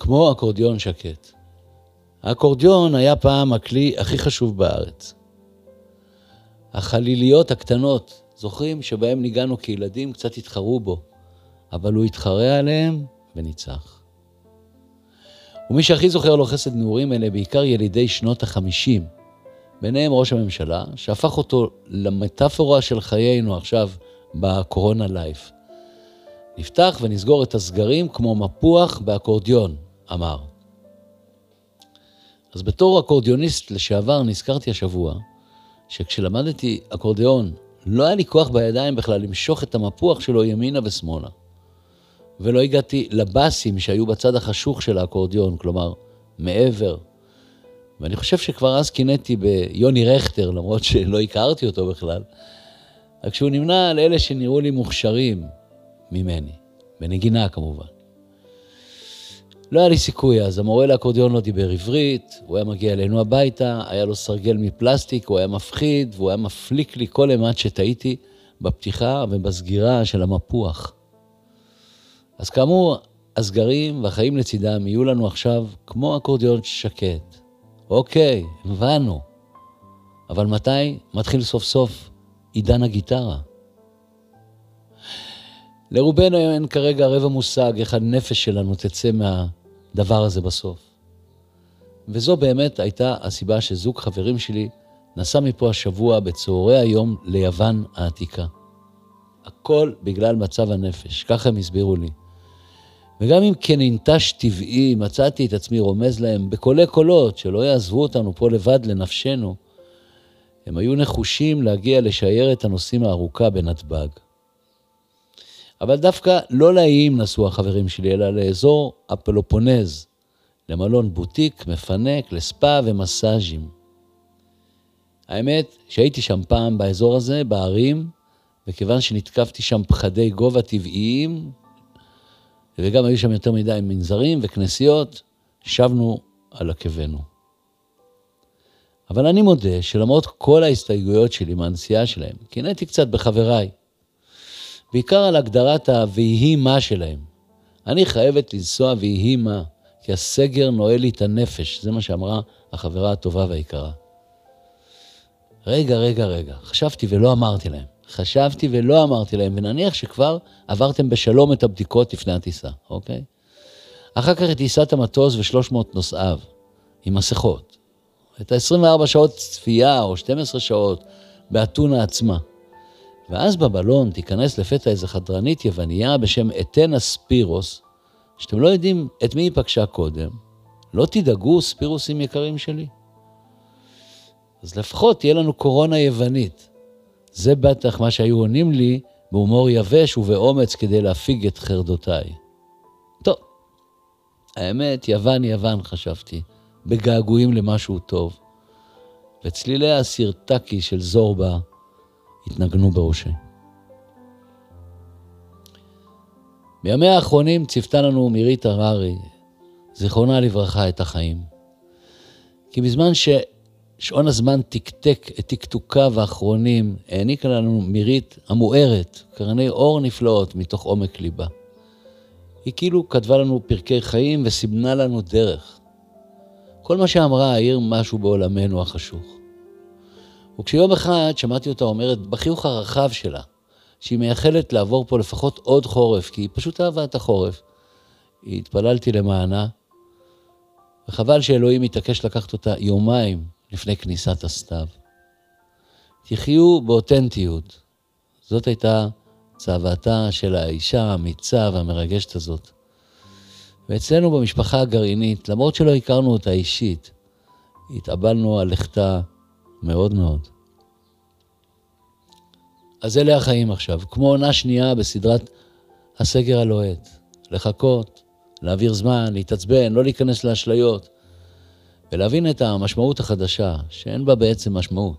כמו אקורדיון שקט. האקורדיון היה פעם הכלי הכי חשוב בארץ. החליליות הקטנות, זוכרים שבהם ניגענו כילדים, קצת התחרו בו, אבל הוא התחרה עליהם וניצח. ומי שהכי זוכר לו חסד נעורים אלה בעיקר ילידי שנות ה-50, ביניהם ראש הממשלה, שהפך אותו למטאפורה של חיינו עכשיו בקורונה לייף. נפתח ונסגור את הסגרים כמו מפוח באקורדיון, אמר. אז בתור אקורדיוניסט לשעבר נזכרתי השבוע, שכשלמדתי אקורדיון, לא היה לי כוח בידיים בכלל למשוך את המפוח שלו ימינה ושמאלה. ולא הגעתי לבאסים שהיו בצד החשוך של האקורדיון, כלומר, מעבר. ואני חושב שכבר אז קינאתי ביוני רכטר, למרות שלא הכרתי אותו בכלל, רק שהוא נמנה על אלה שנראו לי מוכשרים ממני, בנגינה כמובן. לא היה לי סיכוי אז, המורה לאקורדיון לא דיבר עברית, הוא היה מגיע אלינו הביתה, היה לו סרגל מפלסטיק, הוא היה מפחיד, והוא היה מפליק לי כל אימת שטעיתי בפתיחה ובסגירה של המפוח. אז כאמור, הסגרים והחיים לצידם יהיו לנו עכשיו כמו אקורדיון שקט. אוקיי, הבנו. אבל מתי מתחיל סוף סוף עידן הגיטרה? לרובנו אין כרגע רבע מושג איך הנפש שלנו תצא מהדבר הזה בסוף. וזו באמת הייתה הסיבה שזוג חברים שלי נסע מפה השבוע בצהרי היום ליוון העתיקה. הכל בגלל מצב הנפש, ככה הם הסבירו לי. וגם אם כננטש טבעי מצאתי את עצמי רומז להם בקולי קולות שלא יעזבו אותנו פה לבד לנפשנו, הם היו נחושים להגיע לשיירת הנוסעים הארוכה בנתב"ג. אבל דווקא לא לאיים נסעו החברים שלי, אלא לאזור הפלופונז, למלון בוטיק, מפנק, לספה ומסאז'ים. האמת שהייתי שם פעם באזור הזה, בערים, וכיוון שנתקפתי שם פחדי גובה טבעיים, וגם היו שם יותר מדי מנזרים וכנסיות, שבנו על עקבנו. אבל אני מודה שלמרות כל ההסתייגויות שלי מהנסיעה שלהם, קינאתי קצת בחבריי, בעיקר על הגדרת ה"ויהי מה" שלהם. אני חייבת לנסוע ויהי מה, כי הסגר נועל לי את הנפש, זה מה שאמרה החברה הטובה והיקרה. רגע, חשבתי ולא אמרתי להם, ונניח שכבר עברתם בשלום את הבדיקות לפני הטיסה, אוקיי? אחר כך טיסת המטוס ו300 נוסעיו, עם מסכות. את ה-24 שעות צפייה או 12 שעות באתונה עצמה. ואז בבלון תיכנס לפתע איזו חדרנית יווניה בשם אתנה ספירוס, שאתם לא יודעים את מי היא פגשה קודם. לא תדאגו, ספירוסים יקרים שלי. אז לפחות תהיה לנו קורונה יוונית. זה בטח מה שהיו עונים לי בהומור יבש ובאומץ כדי להפיג את חרדותיי. טוב, האמת, יוון חשבתי, בגעגועים למשהו טוב. וצלילי הסרטקי של זורבה התנגנו בראשי. בימי האחרונים ציפתה לנו מירית הררי, זיכרונה לברכה, את החיים. כי בזמן ששעון הזמן תקתק את תקתוקיו האחרונים, העניקה לנו מירית המוארת, קרני אור נפלאות מתוך עומק ליבה. היא כאילו כתבה לנו פרקי חיים וסימנה לנו דרך. כל מה שאמרה העיר משהו בעולמנו החשוך. וכשיום אחד שמעתי אותה אומרת בחיוך הרחב שלה, שהיא מייחלת לעבור פה לפחות עוד חורף, כי היא פשוט אהבה את החורף. התפללתי למענה, וחבל שאלוהים יתעקש לקחת אותה יומיים לפני כניסת הסתיו. תחיו באותנטיות. זאת הייתה צוואתה של האישה האמיצה והמרגשת הזאת. ואצלנו במשפחה הגרעינית, למרות שלא הכרנו אותה אישית, התאבלנו על לכתה מאוד מאוד. אז אלה החיים עכשיו, כמו עונה שנייה בסדרת הסגר הלוהט. לחכות, להעביר זמן, להתעצבן, לא להיכנס לאשליות, ולהבין את המשמעות החדשה, שאין בה בעצם משמעות.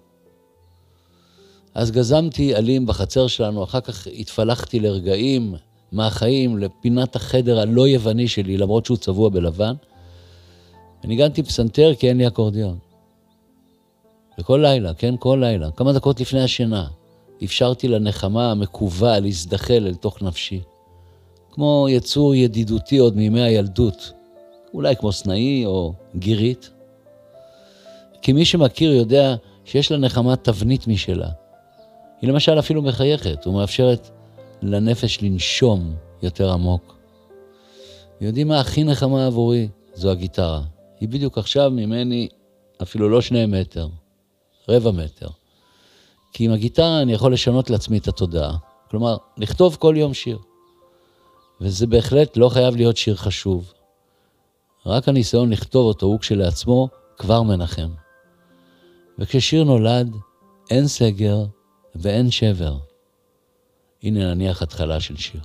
אז גזמתי עלים בחצר שלנו, אחר כך התפלחתי לרגעים מהחיים, לפינת החדר הלא יווני שלי, למרות שהוא צבוע בלבן, וניגנתי פסנתר כי אין לי אקורדיון. וכל לילה, כן, כל לילה, כמה דקות לפני השינה, אפשרתי לנחמה המקובה להזדחל אל תוך נפשי. כמו יצור ידידותי עוד מימי הילדות, אולי כמו סנאי או גירית. כי מי שמכיר יודע שיש לנחמה תבנית משלה. היא למשל אפילו מחייכת ומאפשרת לנפש לנשום יותר עמוק. יודעים מה הכי נחמה עבורי? זו הגיטרה. היא בדיוק עכשיו ממני אפילו לא 2 מטר, 1/4 מטר. כי עם הגיטרה אני יכול לשנות לעצמי את התודעה. כלומר, לכתוב כל יום שיר. וזה בהחלט לא חייב להיות שיר חשוב. רק הניסיון לכתוב אותו הוא כשלעצמו כבר מנחם. וכששיר נולד, אין סגר ואין שבר. הנה נניח התחלה של שיר.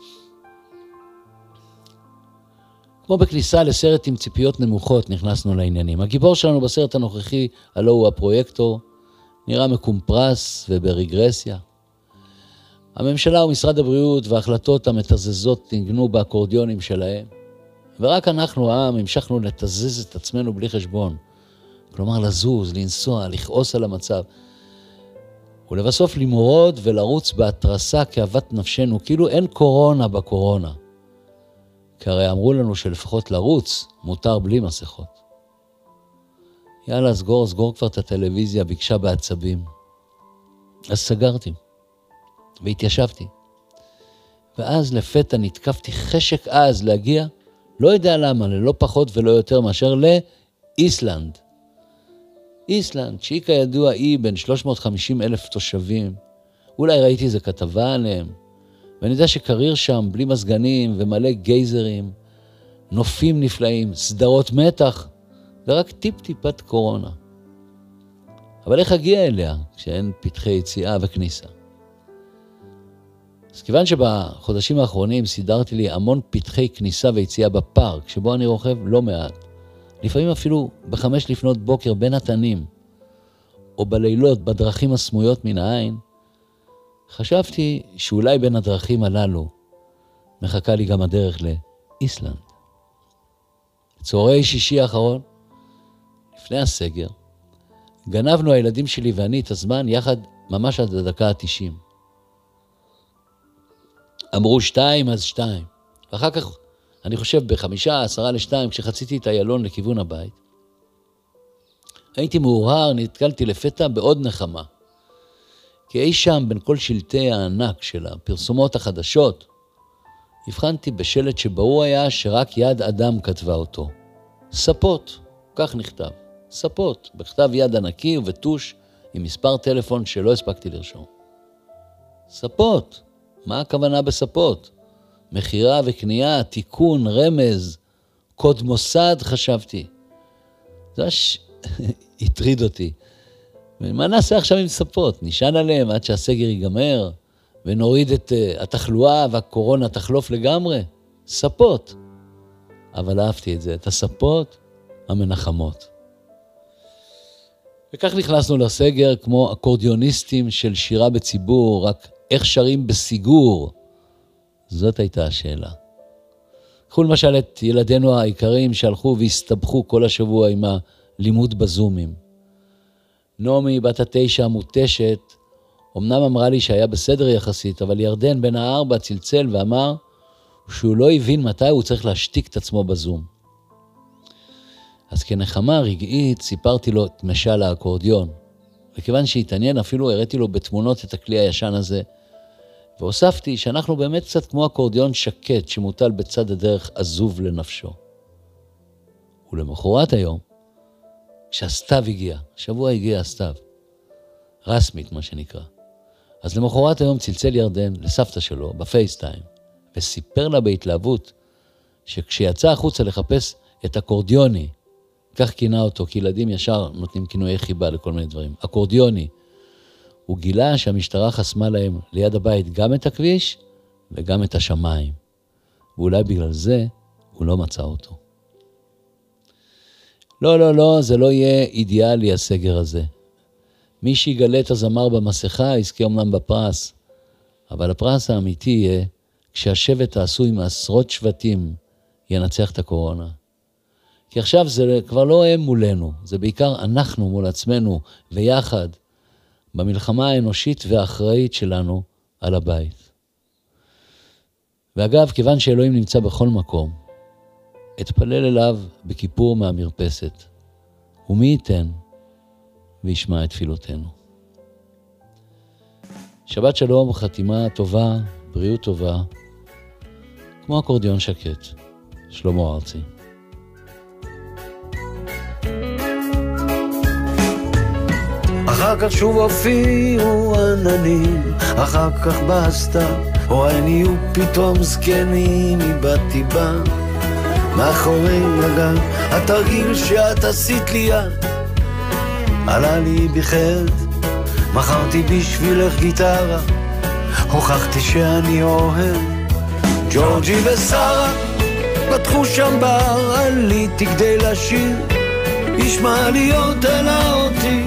כמו בכניסה לסרט עם ציפיות נמוכות נכנסנו לעניינים. הגיבור שלנו בסרט הנוכחי, הלא הוא הפרויקטור, נראה מקומפרס וברגרסיה. הממשלה ומשרד הבריאות וההחלטות המתזזות נגנו באקורדיונים שלהם. ורק אנחנו, העם, המשכנו לתזז את עצמנו בלי חשבון. כלומר, לזוז, לנסוע, לכעוס על המצב. ולבסוף למרוד ולרוץ בהתרסה כאוות נפשנו, כאילו אין קורונה בקורונה. כי הרי אמרו לנו שלפחות לרוץ מותר בלי מסכות. יאללה, סגור כבר את הטלוויזיה, ביקשה בעצבים. אז סגרתי, והתיישבתי. ואז לפתע נתקפתי חשק אז להגיע, לא יודע למה, ללא פחות ולא יותר מאשר לאיסלנד. איסלנד, שהיא כידוע היא בין 350,000 תושבים. אולי ראיתי איזה כתבה עליהם. ואני יודע שקריר שם בלי מזגנים ומלא גייזרים, נופים נפלאים, סדרות מתח, ורק טיפת קורונה. אבל איך אגיע אליה כשאין פתחי יציאה וכניסה? אז כיוון שבחודשים האחרונים סידרתי לי המון פתחי כניסה ויציאה בפארק, שבו אני רוכב לא מעט, לפעמים אפילו 5 לפנות בוקר בין התנים, או בלילות בדרכים הסמויות מן העין, חשבתי שאולי בין הדרכים הללו מחכה לי גם הדרך לאיסלנד. צהרי שישי האחרון, לפני הסגר, גנבנו הילדים שלי ואני את הזמן יחד ממש עד הדקה ה-90. אמרו 2 אז 2. ואחר כך, אני חושב ב5:50 כשחציתי את איילון לכיוון הבית, הייתי מאורהר, נתקלתי לפתע בעוד נחמה. כי אי שם בין כל שלטי הענק של הפרסומות החדשות, הבחנתי בשלט שברור היה שרק יד אדם כתבה אותו. ספות, כך נכתב. ספות, בכתב יד ענקי ובטוש עם מספר טלפון שלא הספקתי לרשום. ספות, מה הכוונה בספות? מחירה וקנייה, תיקון, רמז, קוד מוסד חשבתי. זה הטריד אותי. ומה נעשה עכשיו עם ספות? נשען עליהם עד שהסגר ייגמר, ונוריד את התחלואה והקורונה תחלוף לגמרי? ספות. אבל אהבתי את זה, את הספות המנחמות. וכך נכנסנו לסגר כמו אקורדיוניסטים של שירה בציבור, רק איך שרים בסיגור? זאת הייתה השאלה. קחו למשל את ילדינו העיקריים שהלכו והסתבכו כל השבוע עם הלימוד בזומים. נעמי בת 9 המותשת, אמנם אמרה לי שהיה בסדר יחסית, אבל ירדן בן 4 צלצל ואמר שהוא לא הבין מתי הוא צריך להשתיק את עצמו בזום. אז כנחמה רגעית סיפרתי לו את משל האקורדיון, וכיוון שהתעניין אפילו הראיתי לו בתמונות את הכלי הישן הזה, והוספתי שאנחנו באמת קצת כמו אקורדיון שקט שמוטל בצד הדרך עזוב לנפשו. ולמחרת היום, כשהסתיו הגיע, שבוע הגיע הסתיו, רסמית מה שנקרא, אז למחרת היום צלצל ירדן לסבתא שלו בפייסטיים, וסיפר לה בהתלהבות שכשיצא החוצה לחפש את אקורדיוני, כך כינה אותו, כי ילדים ישר נותנים כינויי חיבה לכל מיני דברים, אקורדיוני, הוא גילה שהמשטרה חסמה להם ליד הבית גם את הכביש וגם את השמיים, ואולי בגלל זה הוא לא מצא אותו. לא, זה לא יהיה אידיאלי הסגר הזה. מי שיגלה את הזמר במסכה יזכה אומנם בפרס, אבל הפרס האמיתי יהיה כשהשבט העשוי מעשרות שבטים ינצח את הקורונה. כי עכשיו זה כבר לא הם מולנו, זה בעיקר אנחנו מול עצמנו ויחד במלחמה האנושית והאחראית שלנו על הבית. ואגב, כיוון שאלוהים נמצא בכל מקום, אתפלל אליו בכיפור מהמרפסת, ומי ייתן וישמע את תפילותינו. שבת שלום, חתימה טובה, בריאות טובה, כמו אקורדיון שקט, שלמה ארצי. אחר כך שוב הופיעו עננים, אחר כך בסתיו, הוריי נהיו פתאום זקנים, איבדתי בה מאחורי הגב. התרגיל שאת עשית לי יד עלה לי בחטא, מכרתי בשבילך גיטרה, הוכחתי שאני אוהב. ג'ורג'י ושרה פתחו שם בר, עליתי כדי לשיר, ישמע להיות אלה אותי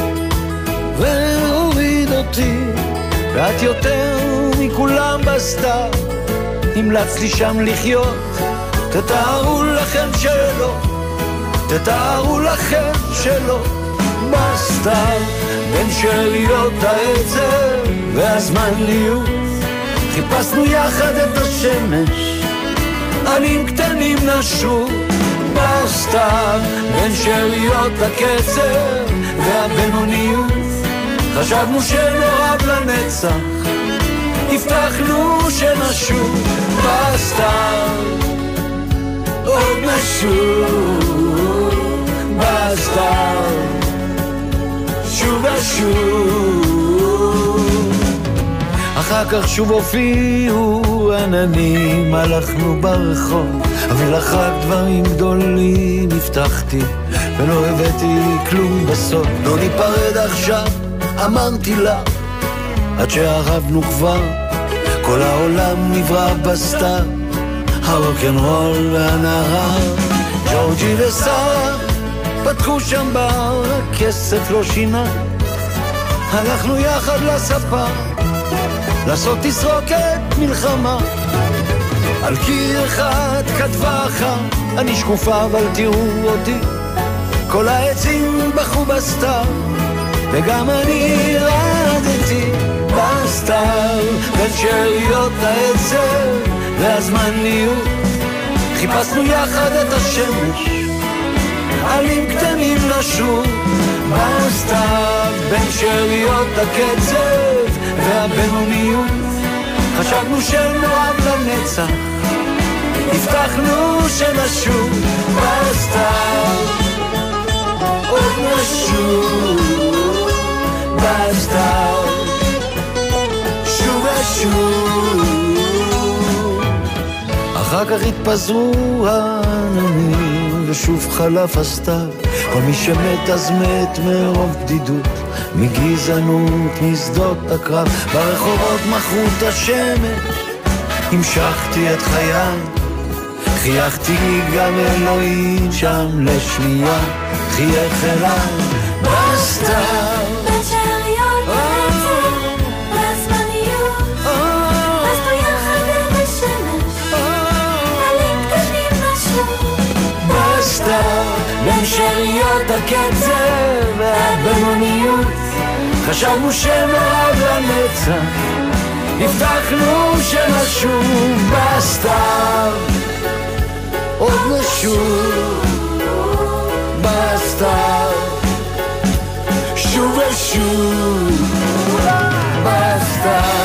והוריד אותי, ואת יותר מכולם בסתיו, המלץ לי שם לחיות. תתארו לכם שלא, תתארו לכם שלא, בסתיו בין שאריות העצר והזמניות חיפשנו יחד את השמש, עלים קטנים נשו בסתיו בין שאריות הקצר והבינוניות. חשבנו שנאהב לנצח, הבטחנו שנשוב בסתיו, עוד נשוב בסתיו, שוב ושוב. אחר כך שוב הופיעו עננים, הלכנו ברחוב, אבל אחר דברים גדולים הבטחתי ולא הבאתי כלום בסוף. לא ניפרד עכשיו, אמרתי לה, עד שאהבנו כבר, כל העולם נברא בסתיו, הרוקנרול והנהר. ג'ורג'י ושרה פתחו שם בר, הכסף לא שינה, הלכנו יחד לספה לעשות תסרוקת מלחמה. על קיר אחד כתבה אחת, אני שקופה אבל תראו אותי, כל העצים בחו בסתיו וגם אני רעדתי בסתיו בין שאריות העצר והזמניות. חיפשנו יחד את השמש, עלים קטנים נשו בסתיו בין שאריות הקצב והבינוניות. חשבנו שנאהב לנצח, הבטחנו שנשוב בסתיו, עוד נשוב בסתיו, שוב ושוב. אחר כך התפזרו העננים ושוב חלף הסתיו, כל מי שמת אז מת מרוב בדידות, מגזענות, משדות הקרב, ברחובות מכרו את השמש, המשכתי את חיי, חייכתי גם אלוהים שם לשנייה, חייך אליי בסתיו. בשאריות העצר והזמניות רצנו יחד את השמש, עלים קטנים נשו בסתיו בין שאריות הקצר והבינוניות. חשבנו שנאהב לנצח, הבטחנו שנשוב בסתיו, עוד נשוב בסתיו, שוב ושוב בסתיו.